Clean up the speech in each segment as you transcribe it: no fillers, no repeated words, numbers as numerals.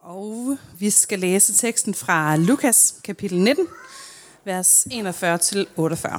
Og vi skal læse teksten fra Lukas, kapitel 19, vers 41-48.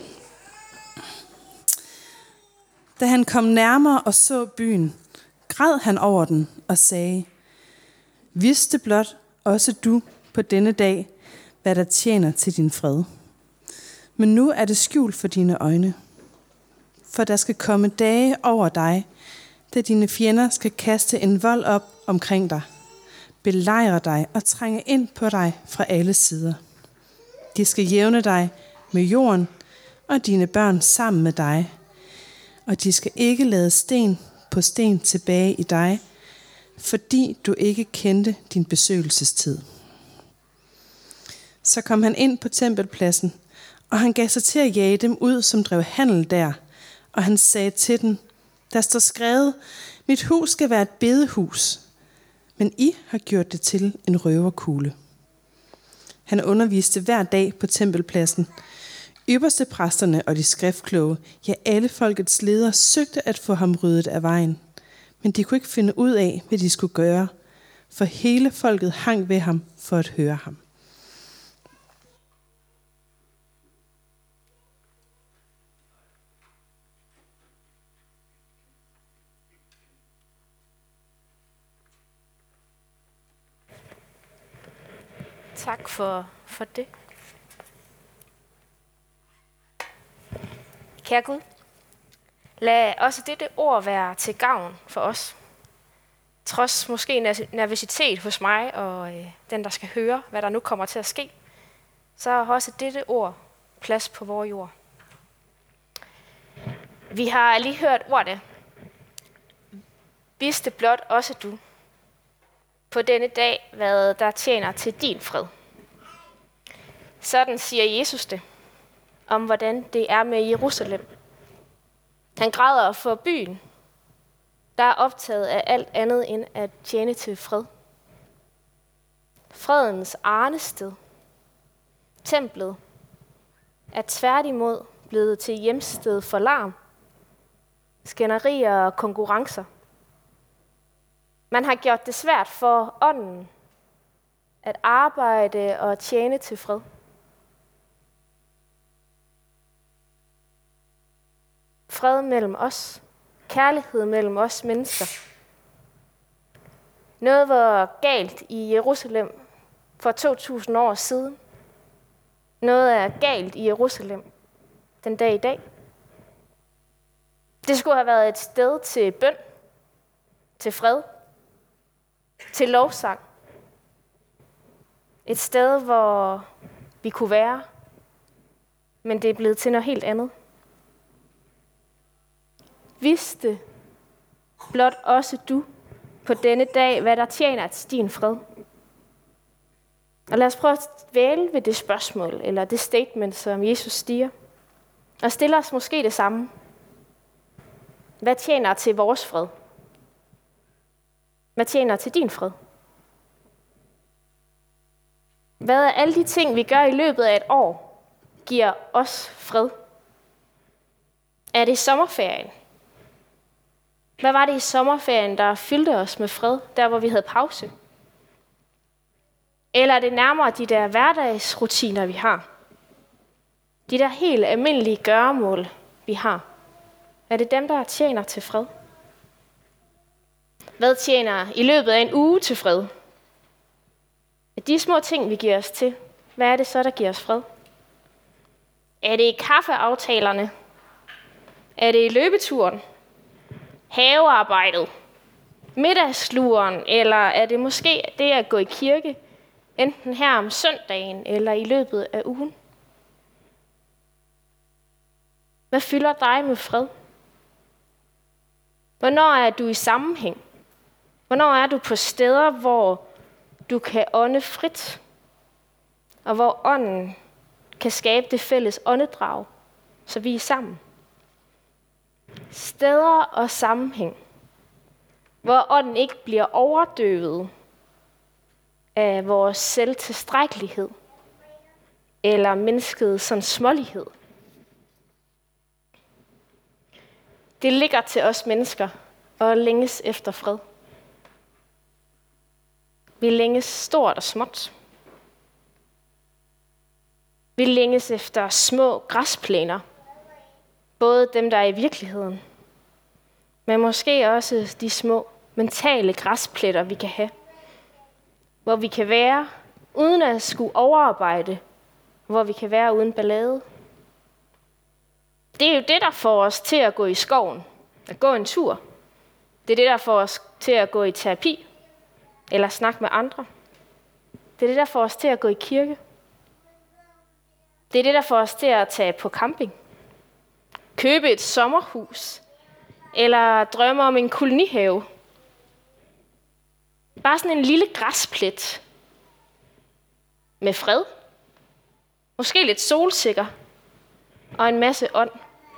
Da han kom nærmere og så byen, græd han over den og sagde: Vidste blot også du på denne dag, hvad der tjener til din fred. Men nu er det skjult for dine øjne. For der skal komme dage over dig, da dine fjender skal kaste en vold op omkring dig, belejre dig og trænge ind på dig fra alle sider. De skal jævne dig med jorden og dine børn sammen med dig, og de skal ikke lade sten på sten tilbage i dig, fordi du ikke kendte din besøgelsestid. Så kom han ind på tempelpladsen, og han gav sig til at jage dem ud, som drev handel der, og han sagde til dem: Der står skrevet, mit hus skal være et bedehus, men I har gjort det til en røverkugle. Han underviste hver dag på tempelpladsen. Ypperstepræsterne og de skriftkloge, ja alle folkets ledere, søgte at få ham ryddet af vejen. Men de kunne ikke finde ud af, hvad de skulle gøre, for hele folket hang ved ham for at høre ham. Tak for det. Kære Gud, lad også dette ord være til gavn for os. Trods måske nervøsitet hos mig og den, der skal høre, hvad der nu kommer til at ske, så har også dette ord plads på vores jord. Vi har lige hørt ordet. Vidste blot også du på denne dag, hvad der tjener til din fred. Sådan siger Jesus det, om hvordan det er med Jerusalem. Han græder for byen, der er optaget af alt andet end at tjene til fred. Fredens arnested, templet, er tværtimod blevet til hjemsted for larm, skænderier og konkurrencer. Man har gjort det svært for ånden at arbejde og tjene til fred. Fred mellem os, kærlighed mellem os mennesker. Noget var galt i Jerusalem for 2000 år siden. Noget er galt i Jerusalem den dag i dag. Det skulle have været et sted til bøn, til fred, til lovsang. Et sted, hvor vi kunne være, men det er blevet til noget helt andet. Vidste blot også du på denne dag, hvad der tjener til din fred? Og lad os prøve at dvæle ved det spørgsmål, eller det statement, som Jesus siger, og stille os måske det samme. Hvad tjener til vores fred? Hvad tjener til din fred? Hvad er alle de ting, vi gør i løbet af et år, giver os fred? Er det sommerferien? Hvad var det i sommerferien, der fyldte os med fred, der hvor vi havde pause? Eller er det nærmere de der hverdagsrutiner, vi har? De der helt almindelige gøremål, vi har? Er det dem, der tjener til fred? Hvad tjener i løbet af en uge til fred? De små ting, vi giver os til, hvad er det så, der giver os fred? Er det i kaffeaftalerne? Er det i løbeturen? Havearbejdet? Middagsluren? Eller er det måske det at gå i kirke, enten her om søndagen eller i løbet af ugen? Hvad fylder dig med fred? Hvornår er du i sammenhæng? Hvornår er du på steder, hvor du kan ånde frit, og hvor ånden kan skabe det fælles åndedrag, så vi er sammen? Steder og sammenhæng, hvor ånden ikke bliver overdøvet af vores selvtilstrækkelighed eller menneskets sådan smålighed. Det ligger til os mennesker og længes efter fred. Vi længes stort og småt. Vi længes efter små græsplæner. Både dem, der er i virkeligheden, men måske også de små mentale græspletter, vi kan have. Hvor vi kan være, uden at skulle overarbejde. Hvor vi kan være uden ballade. Det er jo det, der får os til at gå i skoven. At gå en tur. Det er det, der får os til at gå i terapi. Eller snakke med andre. Det er det, der får os til at gå i kirke. Det er det, der får os til at tage på camping. Købe et sommerhus. Eller drømme om en kolonihave. Bare sådan en lille græsplet. Med fred. Måske lidt solsikker. Og en masse ånd.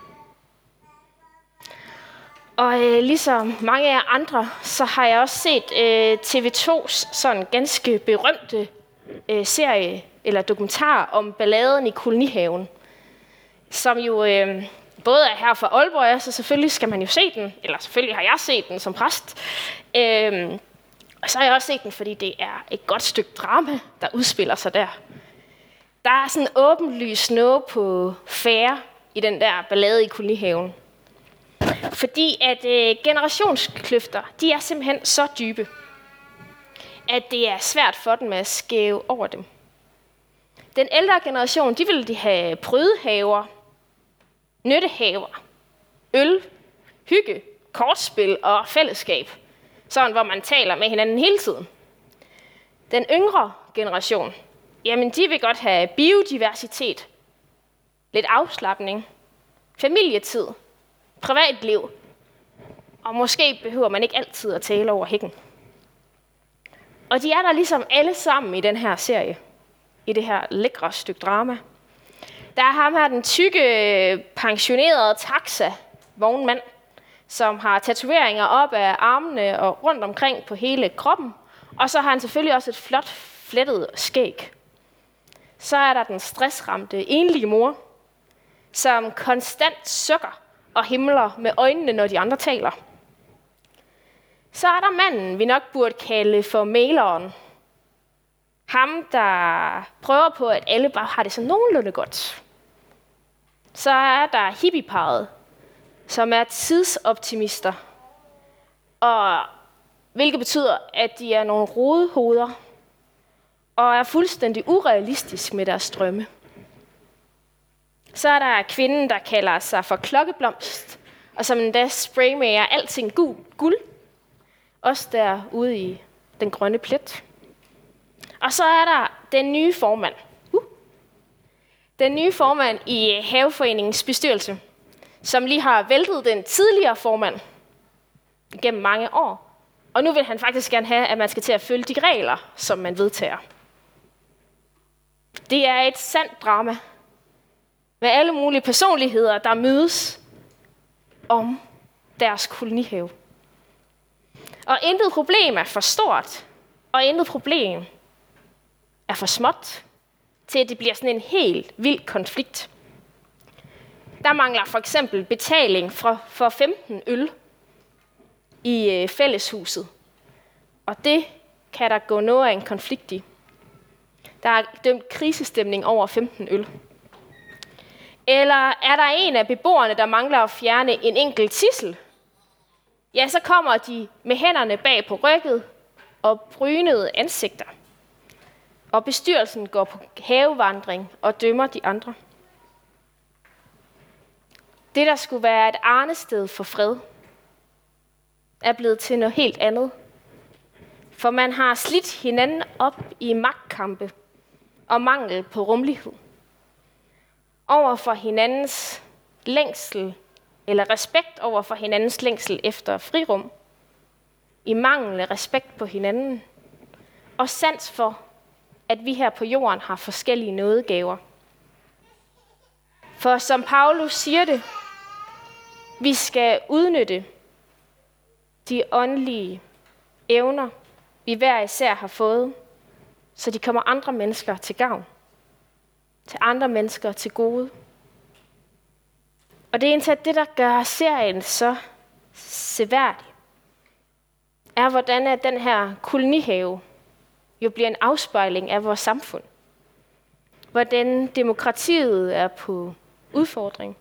Og ligesom mange af andre, så har jeg også set TV2's sådan ganske berømte serie eller dokumentar om balladen i kolonihaven. Som jo både er her fra Aalborg, så selvfølgelig skal man jo se den. Eller selvfølgelig har jeg set den som præst. Og så har jeg også set den, fordi det er et godt stykke drama, der udspiller sig der. Der er sådan åbenlyst noget på færre i den der ballade i kolonihaven. Fordi at generationskløfter, de er simpelthen så dybe, at det er svært for dem at skæve over dem. Den ældre generation, de vil have prydehaver, nyttehaver, øl, hygge, kortspil og fællesskab. Sådan, hvor man taler med hinanden hele tiden. Den yngre generation, jamen de vil godt have biodiversitet, lidt afslapning, familietid, privatliv, og måske behøver man ikke altid at tale over hækken. Og de er der ligesom alle sammen i den her serie, i det her lækre stykke drama. Der er ham her, den tykke, pensionerede taxa-vognmand, som har tatoveringer op af armene og rundt omkring på hele kroppen. Og så har han selvfølgelig også et flot, flettet skæg. Så er der den stressramte, enlige mor, som konstant sukker og himler med øjnene, når de andre taler. Så er der manden, vi nok burde kalde for maileren. Ham, der prøver på, at alle bare har det så nogenlunde godt. Så er der hippieparret, som er tidsoptimister, og hvilket betyder, at de er nogle rodehoveder, og er fuldstændig urealistisk med deres drømme. Så er der kvinden, der kalder sig for klokkeblomst, og som endda spraymager alting guld. Også derude i den grønne plet. Og så er der den nye formand. Den nye formand i Haveforeningens bestyrelse, som lige har væltet den tidligere formand gennem mange år. Og nu vil han faktisk gerne have, at man skal til at følge de regler, som man vedtager. Det er et sandt drama med alle mulige personligheder, der mødes om deres kolonihave. Og intet problem er for stort, og intet problem er for småt, til at det bliver sådan en helt vild konflikt. Der mangler for eksempel betaling for 15 øl i fælleshuset. Og det kan der gå noget af en konflikt i. Der er dømt krisestemning over 15 øl. Eller er der en af beboerne, der mangler at fjerne en enkelt tidsel? Ja, så kommer de med hænderne bag på rygget og brynede ansigter. Og bestyrelsen går på havevandring og dømmer de andre. Det, der skulle være et arnested for fred, er blevet til noget helt andet. For man har slidt hinanden op i magtkampe og mangel på rummelighed. Over for hinandens længsel, eller respekt over for hinandens længsel efter frirum. I mangel af respekt på hinanden. Og sans for, at vi her på jorden har forskellige nådegaver. For som Paulus siger det, vi skal udnytte de åndelige evner, vi hver især har fået, så de kommer andre mennesker til gavn. Til andre mennesker til gode. Og det er egentlig det, der gør serien så seværdig, er hvordan at den her kolonihave jo bliver en afspejling af vores samfund. Hvordan demokratiet er på udfordring.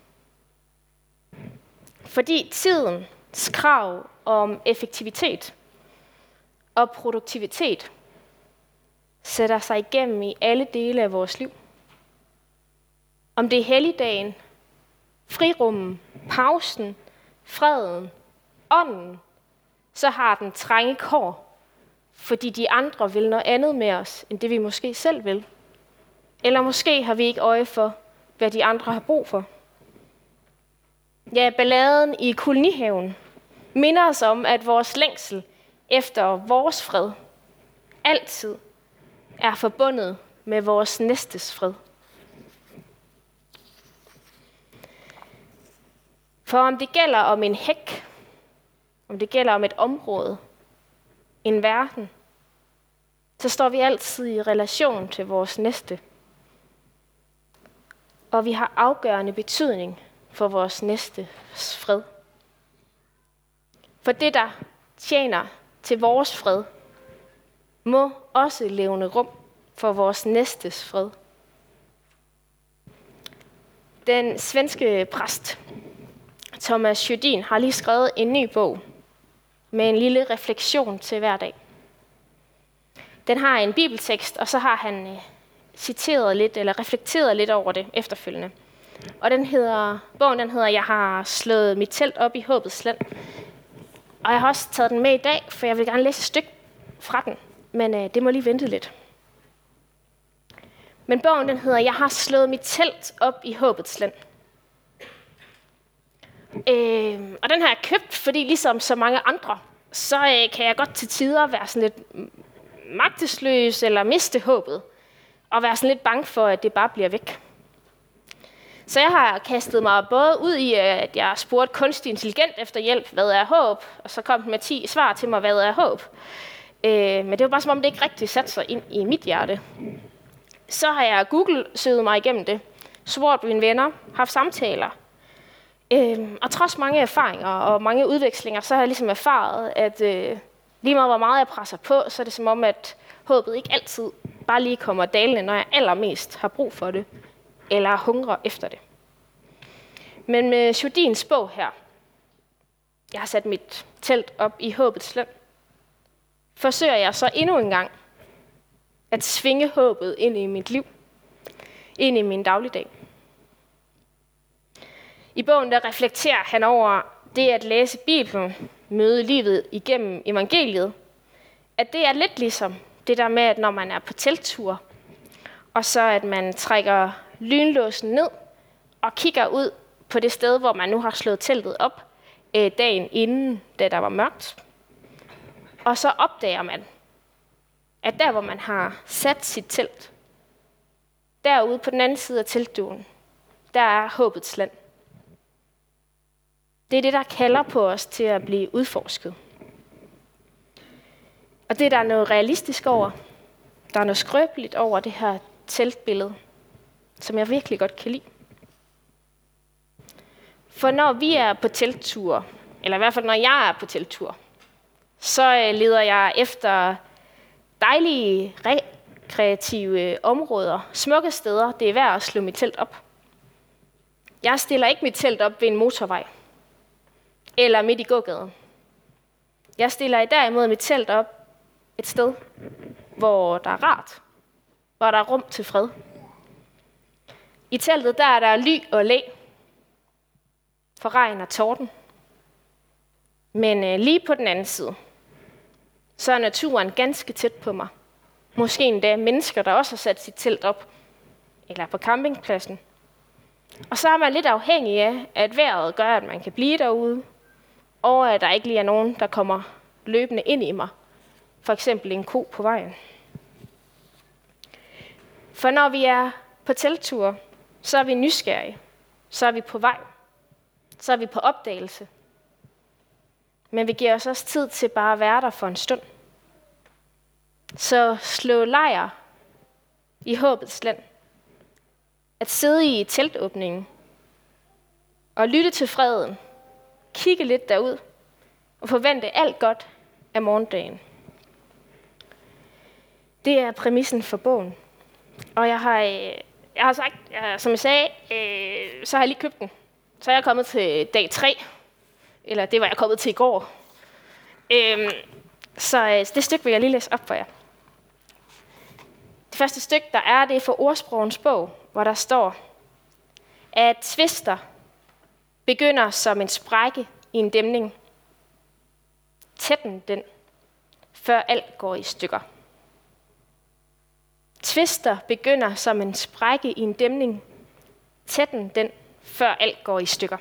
Fordi tidens krav om effektivitet og produktivitet sætter sig igennem i alle dele af vores liv. Om det er helligdagen, frirummen, pausen, freden, ånden, så har den trænge kår, fordi de andre vil noget andet med os, end det vi måske selv vil. Eller måske har vi ikke øje for, hvad de andre har brug for. Ja, balladen i kolonihaven minder os om, at vores længsel efter vores fred altid er forbundet med vores næstes fred. For om det gælder om en hæk, om det gælder om et område, en verden, så står vi altid i relation til vores næste. Og vi har afgørende betydning for vores næstes fred. For det, der tjener til vores fred, må også levne rum for vores næstes fred. Den svenske præst Thomas Jødin har lige skrevet en ny bog med en lille refleksion til hver dag. Den har en bibeltekst, og så har han citeret lidt eller reflekteret lidt over det efterfølgende. Og bogen hedder Jeg har slået mit telt op i håbets land. Og jeg har også taget den med i dag, for jeg vil gerne læse et stykke fra den, men det må lige vente lidt. Men bogen den hedder Jeg har slået mit telt op i håbets land. Og den har jeg købt, fordi ligesom så mange andre, så kan jeg godt til tider være sådan lidt magtesløs eller miste håbet, og være sådan lidt bange for, at det bare bliver væk. Så jeg har kastet mig både ud i, at jeg spurgte kunstig intelligent efter hjælp, hvad er håb? Og så kom den med 10 svar til mig, hvad er håb? Men det var bare som om, det ikke rigtig satte sig ind i mit hjerte. Så har jeg Google-søget mig igennem det, spurgt mine venner, haft samtaler. Og trods mange erfaringer og mange udvekslinger, så har jeg ligesom erfaret, at lige meget hvor meget jeg presser på, så er det som om, at håbet ikke altid bare lige kommer dalende, når jeg allermest har brug for det, eller hungrer efter det. Men med Jødins bog her, jeg har sat mit telt op i håbets land, forsøger jeg så endnu en gang at svinge håbet ind i mit liv, ind i min dagligdag. I bogen der reflekterer han over det at læse Bibelen, møde livet igennem evangeliet, at det er lidt ligesom det der med, at når man er på telttur, og så at man trækker lynlåsen ned og kigger ud på det sted, hvor man nu har slået teltet op dagen inden, da der var mørkt. Og så opdager man, at der hvor man har sat sit telt, derude på den anden side af teltdugen, der er håbets land. Det er det, der kalder på os til at blive udforsket. Og det der er noget realistisk over, der er noget skrøbeligt over det her teltbillede, som jeg virkelig godt kan lide. For når vi er på telttur, eller i hvert fald når jeg er på telttur, så leder jeg efter dejlige, rekreative områder, smukke steder, det er værd at slå mit telt op. Jeg stiller ikke mit telt op ved en motorvej, eller midt i gågaden. Jeg stiller derimod mit telt op et sted, hvor der er rart, hvor der er rum til fred. I teltet der er der ly og læ for regn og torden. Men lige på den anden side, så er naturen ganske tæt på mig. Måske endda mennesker, der også har sat sit telt op, eller på campingpladsen. Og så er man lidt afhængig af, at vejret gør, at man kan blive derude, og at der ikke lige er nogen, der kommer løbende ind i mig. For eksempel en ko på vejen. For når vi er på telttur, så er vi nysgerrige. Så er vi på vej. Så er vi på opdagelse. Men vi giver os også tid til bare at være der for en stund. Så slå lejr i håbets land. At sidde i teltåbningen og lytte til freden. Kigge lidt derud og forvente alt godt af morgendagen. Det er præmissen for bogen. Og jeg har sagt, som jeg sagde, så har jeg lige købt den. Så er jeg kommet til dag 3. Eller det var jeg kommet til i går. Så det stykke vil jeg lige læse op for jer. Det første stykke, der er, det er fra Ordsprogens bog, hvor der står, at tvister begynder som en sprække i en dæmning. Tætten den, før alt går i stykker. Tvister begynder som en sprække i en dæmning. Tætten den, før alt går i stykker.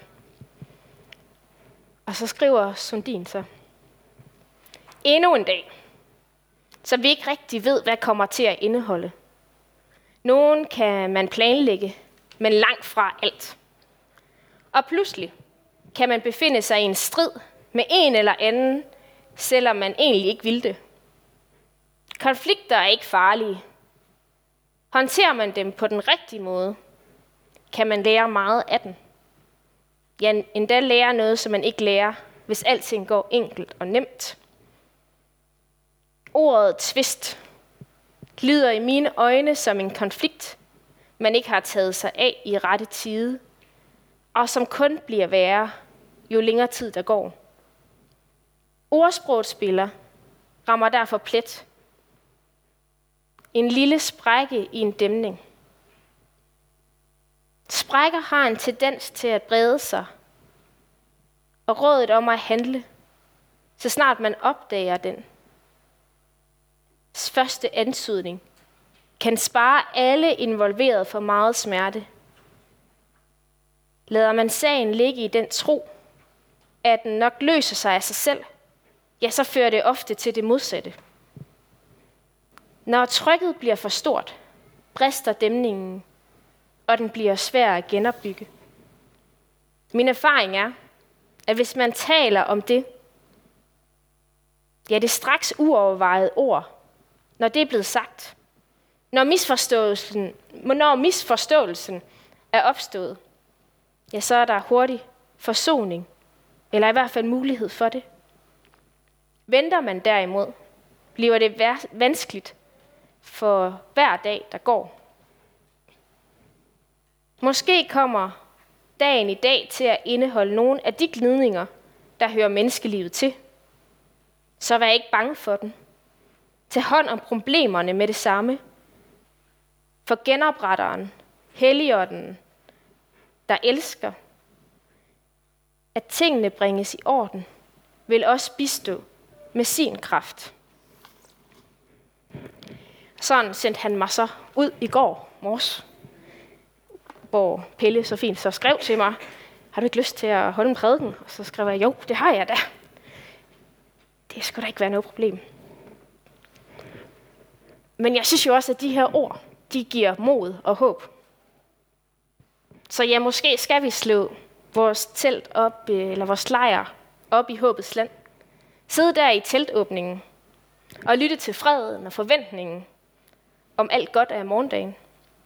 Og så skriver Sundin så. Endnu en dag, så vi ikke rigtig ved, hvad kommer til at indeholde. Nogen kan man planlægge, men langt fra alt. Og pludselig kan man befinde sig i en strid med en eller anden, selvom man egentlig ikke vil det. Konflikter er ikke farlige. Håndterer man dem på den rigtige måde, kan man lære meget af den. Ja, endda lære noget, som man ikke lærer, hvis alting går enkelt og nemt. Ordet tvist lyder i mine øjne som en konflikt, man ikke har taget sig af i rette tide, og som kun bliver værre, jo længere tid der går. Ordsprogsspiller rammer derfor plet. En lille sprække i en dæmning. Sprækker har en tendens til at brede sig, og rådet om at handle, så snart man opdager den første antydning, kan spare alle involveret for meget smerte. Lader man sagen ligge i den tro, at den nok løser sig af sig selv, ja, så fører det ofte til det modsatte. Når trykket bliver for stort, brister dæmningen, og den bliver svær at genopbygge. Min erfaring er, at hvis man taler om det, ja, det er straks uovervejet ord, når det er blevet sagt, når misforståelsen er opstået, ja, så er der hurtig forsoning, eller i hvert fald mulighed for det. Venter man derimod, bliver det vanskeligt for hver dag, der går. Måske kommer dagen i dag til at indeholde nogle af de glidninger, der hører menneskelivet til. Så vær ikke bange for den. Tag hånd om problemerne med det samme. For genopretteren, Helligånden, der elsker, at tingene bringes i orden, vil også bistå med sin kraft. Sådan sendte han mig så ud i går morges, hvor Pelle så fint så skrev til mig, har du ikke lyst til at holde en prædiken? Og så skrev jeg, jo, det har jeg da. Det skulle da ikke være noget problem. Men jeg synes jo også, at de her ord, de giver mod og håb. Så ja, måske skal vi slå vores telt op, eller vores lejr op i håbets land. Sidde der i teltåbningen og lytte til freden og forventningen om alt godt af morgendagen.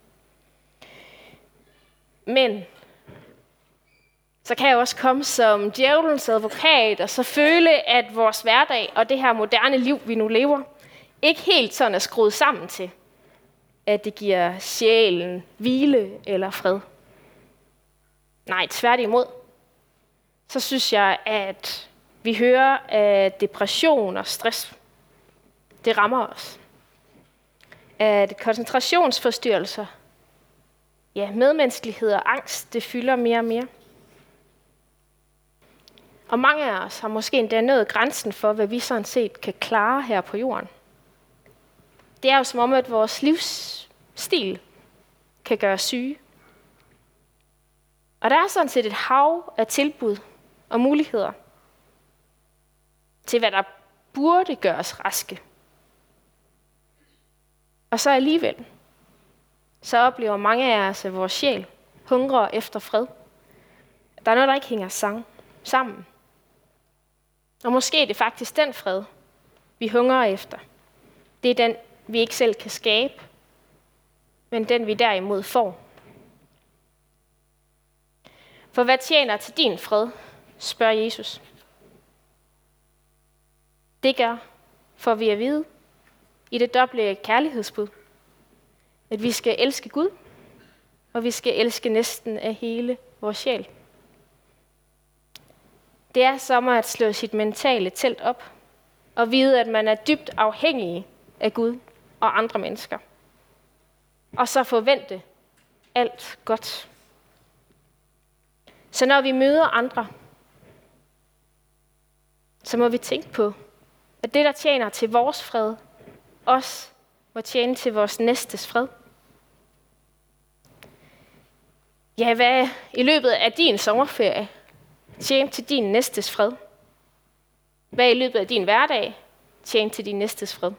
Men så kan jeg også komme som djævelens advokat og så føle, at vores hverdag og det her moderne liv, vi nu lever, ikke helt sådan er skruet sammen til, at det giver sjælen hvile eller fred. Nej, tværtimod. Så synes jeg, at vi hører, at depression og stress, det rammer os. At koncentrationsforstyrrelser, ja, medmenneskelighed og angst, det fylder mere og mere. Og mange af os har måske endda nået grænsen for, hvad vi sådan set kan klare her på jorden. Det er jo som om, at vores livsstil kan gøre syge. Og der er sådan set et hav af tilbud og muligheder til, hvad der burde gøre os raske. Og så alligevel, så oplever mange af os, at vores sjæl hungrer efter fred. Der er noget, der ikke hænger sammen. Og måske er det faktisk den fred, vi hungrer efter. Det er den, vi ikke selv kan skabe, men den, vi derimod får. For hvad tjener til din fred, spørger Jesus. Det gør, for vi at vide, i det dobbelte kærlighedsbud. At vi skal elske Gud, og vi skal elske næsten af hele vores sjæl. Det er som at slå sit mentale telt op, og vide, at man er dybt afhængig af Gud og andre mennesker. Og så forvente alt godt. Så når vi møder andre, så må vi tænke på, at det, der tjener til vores fred, også må tjene til vores næstes fred. Ja, hvad i løbet af din sommerferie tjene til din næstes fred? Hvad i løbet af din hverdag tjene til din næstes fred?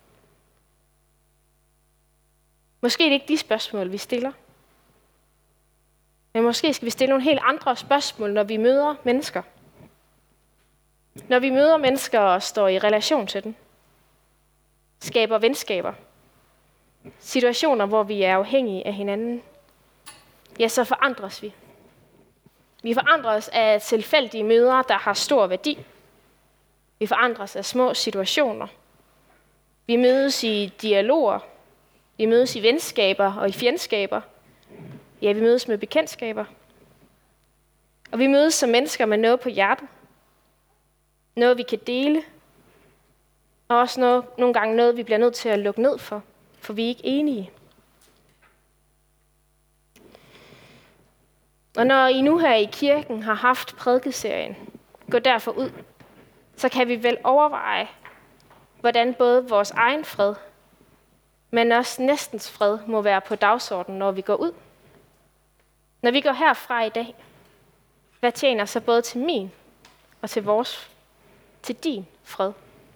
Måske er det ikke de spørgsmål, vi stiller. Men måske skal vi stille nogle helt andre spørgsmål, når vi møder mennesker. Når vi møder mennesker og står i relation til dem. Skaber venskaber. Situationer, hvor vi er afhængige af hinanden. Ja, så forandres vi. Vi forandres af tilfældige møder, der har stor værdi. Vi forandres af små situationer. Vi mødes i dialoger. Vi mødes i venskaber og i fjendskaber. Ja, vi mødes med bekendtskaber. Og vi mødes som mennesker med noget på hjertet. Noget, vi kan dele. Og også nogle gange noget, vi bliver nødt til at lukke ned for vi er ikke enige. Og når I nu her i kirken har haft prædikeserien, gå derfor ud, så kan vi vel overveje, hvordan både vores egen fred, men også næstens fred må være på dagsordenen, når vi går ud. Når vi går herfra i dag, hvad tjener så både til min og til din fred?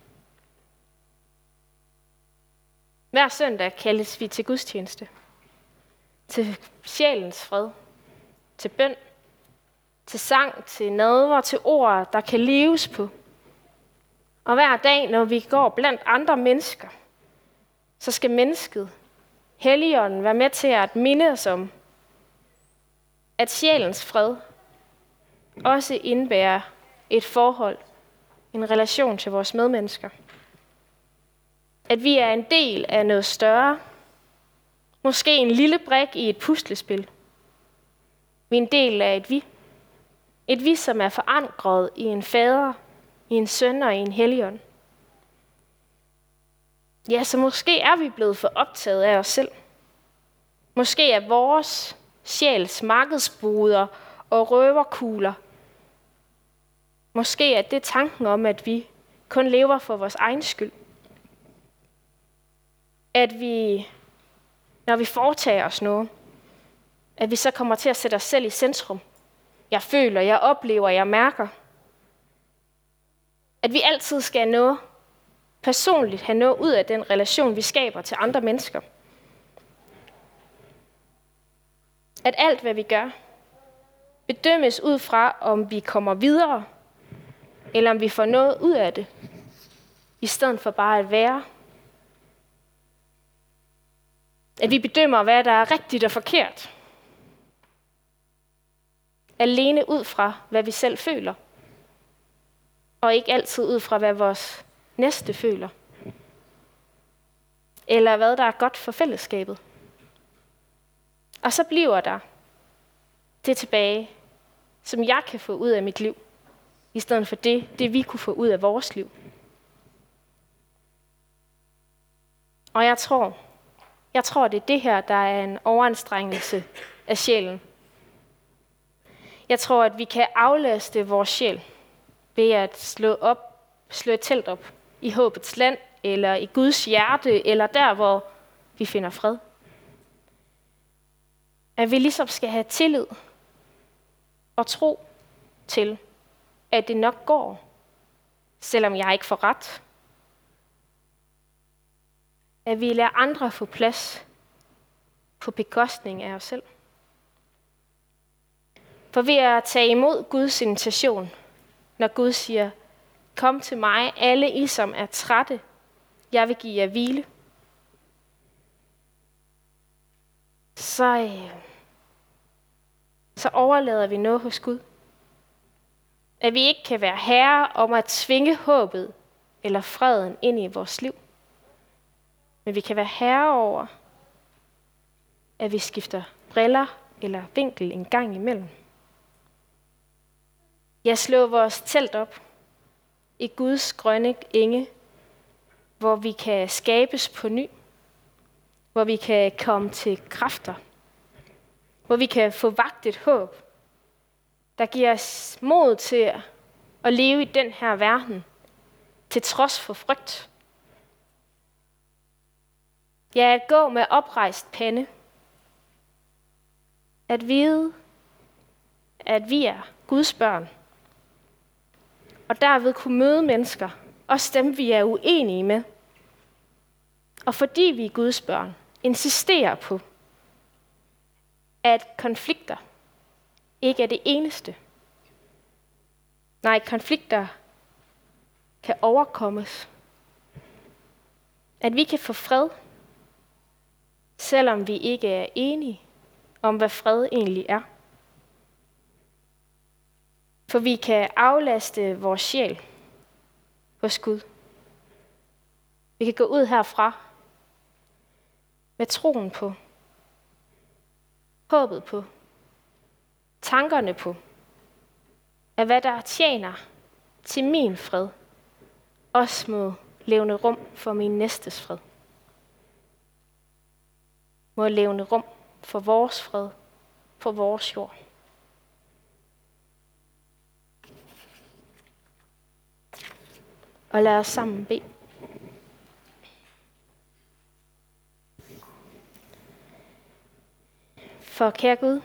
Hver søndag kaldes vi til gudstjeneste, til sjælens fred, til bøn, til sang, til nadver, til ord, der kan leves på. Og hver dag, når vi går blandt andre mennesker, så skal mennesket, Helligånden, være med til at minde os om, at sjælens fred også indebærer et forhold, en relation til vores medmennesker. At vi er en del af noget større, måske en lille brik i et puslespil. Vi er en del af et vi. Et vi, som er forankret i en fader, i en søn og i en helligånd. Ja, så måske er vi blevet for optaget af os selv. Måske er vores sjæls markedsboder og røverkugler. Måske er det tanken om, at vi kun lever for vores egen skyld. At vi, når vi foretager os noget, at vi så kommer til at sætte os selv i centrum. Jeg føler, jeg oplever, jeg mærker. At vi altid skal personligt have noget ud af den relation, vi skaber til andre mennesker. At alt, hvad vi gør, bedømmes ud fra, om vi kommer videre, eller om vi får noget ud af det, i stedet for bare at være. At vi bedømmer, hvad der er rigtigt og forkert. Alene ud fra, hvad vi selv føler. Og ikke altid ud fra, hvad vores næste føler. Eller hvad der er godt for fællesskabet. Og så bliver der det tilbage, som jeg kan få ud af mit liv, i stedet for det vi kunne få ud af vores liv. Og jeg tror, det er det her, der er en overanstrengelse af sjælen. Jeg tror, at vi kan aflaste vores sjæl ved at slå et telt op i håbets land, eller i Guds hjerte, eller der, hvor vi finder fred. At vi ligesom skal have tillid og tro til, at det nok går, selvom jeg ikke får ret. At vi lader andre få plads på bekostning af os selv. For ved at tage imod Guds invitation, når Gud siger, kom til mig, alle I, som er trætte, jeg vil give jer hvile. Så overlader vi noget hos Gud. At vi ikke kan være herre om at tvinge håbet eller freden ind i vores liv. Men vi kan være herre over, at vi skifter briller eller vinkel en gang imellem. Jeg slår vores telt op i Guds grønne enge, hvor vi kan skabes på ny, hvor vi kan komme til kræfter, hvor vi kan få vagt et håb, der giver os mod til at leve i den her verden, til trods for frygt. Ja, at gå med oprejst pande, at vide, at vi er Guds børn, og derved kunne møde mennesker, også dem vi er uenige med. Og fordi vi er Guds børn, insisterer på, at konflikter ikke er det eneste. Nej, konflikter kan overkommes. At vi kan få fred, selvom vi ikke er enige om, hvad fred egentlig er. For vi kan aflaste vores sjæl hos Gud. Vi kan gå ud herfra med troen på, håbet på, tankerne på, at hvad der tjener til min fred, også må levne rum for min næstes fred. Må levne rum for vores fred på vores jord. Og lad os sammen bede. For kære Gud,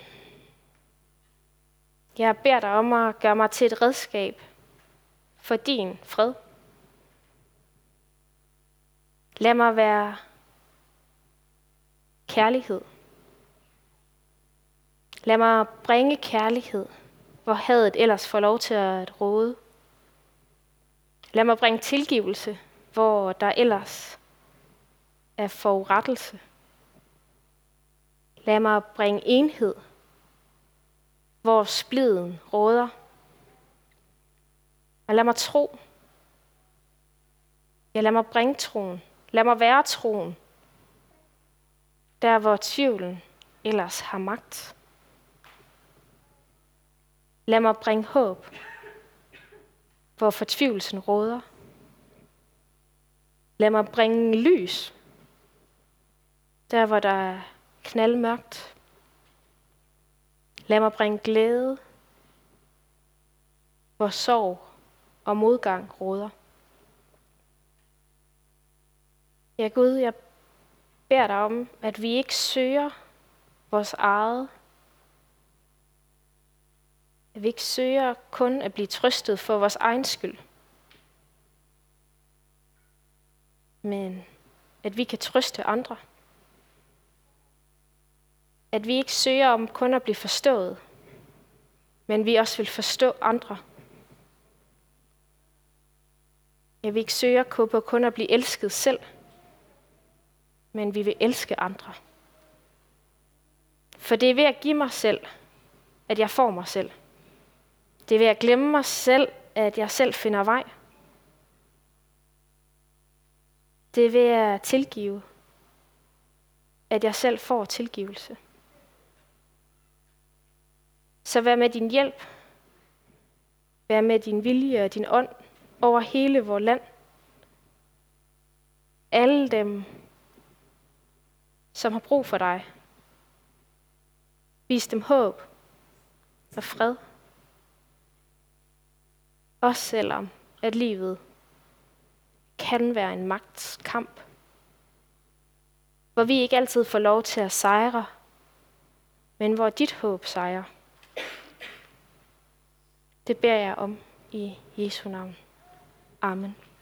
jeg beder dig om at gøre mig til et redskab for din fred. Lad mig være kærlighed. Lad mig bringe kærlighed, hvor hadet ellers får lov til at råde. Lad mig bringe tilgivelse, hvor der ellers er forurettelse. Lad mig bringe enhed, hvor spliden råder. Og lad mig tro. Ja, lad mig bringe troen. Lad mig være troen. Der hvor tvivlen ellers har magt. Lad mig bringe håb, hvor fortvivlelsen råder. Lad mig bringe lys, der hvor der er knaldmørkt. Lad mig bringe glæde, hvor sorg og modgang råder. Ja Gud, jeg beder dig om, at vi ikke søger vores eget. At vi ikke søger kun at blive trøstet for vores egen skyld. Men at vi kan trøste andre. At vi ikke søger om kun at blive forstået, men vi også vil forstå andre. At vi ikke søger på kun at blive elsket selv, men vi vil elske andre. For det er ved at give mig selv, at jeg får mig selv. Det er ved at glemme mig selv, at jeg selv finder vej. Det er ved at tilgive, at jeg selv får tilgivelse. Så vær med din hjælp. Vær med din vilje og din ånd over hele vores land. Alle dem, som har brug for dig. Vis dem håb og fred. Også selvom at livet kan være en magtkamp. Hvor vi ikke altid får lov til at sejre, men hvor dit håb sejrer. Det beder jeg om i Jesu navn. Amen.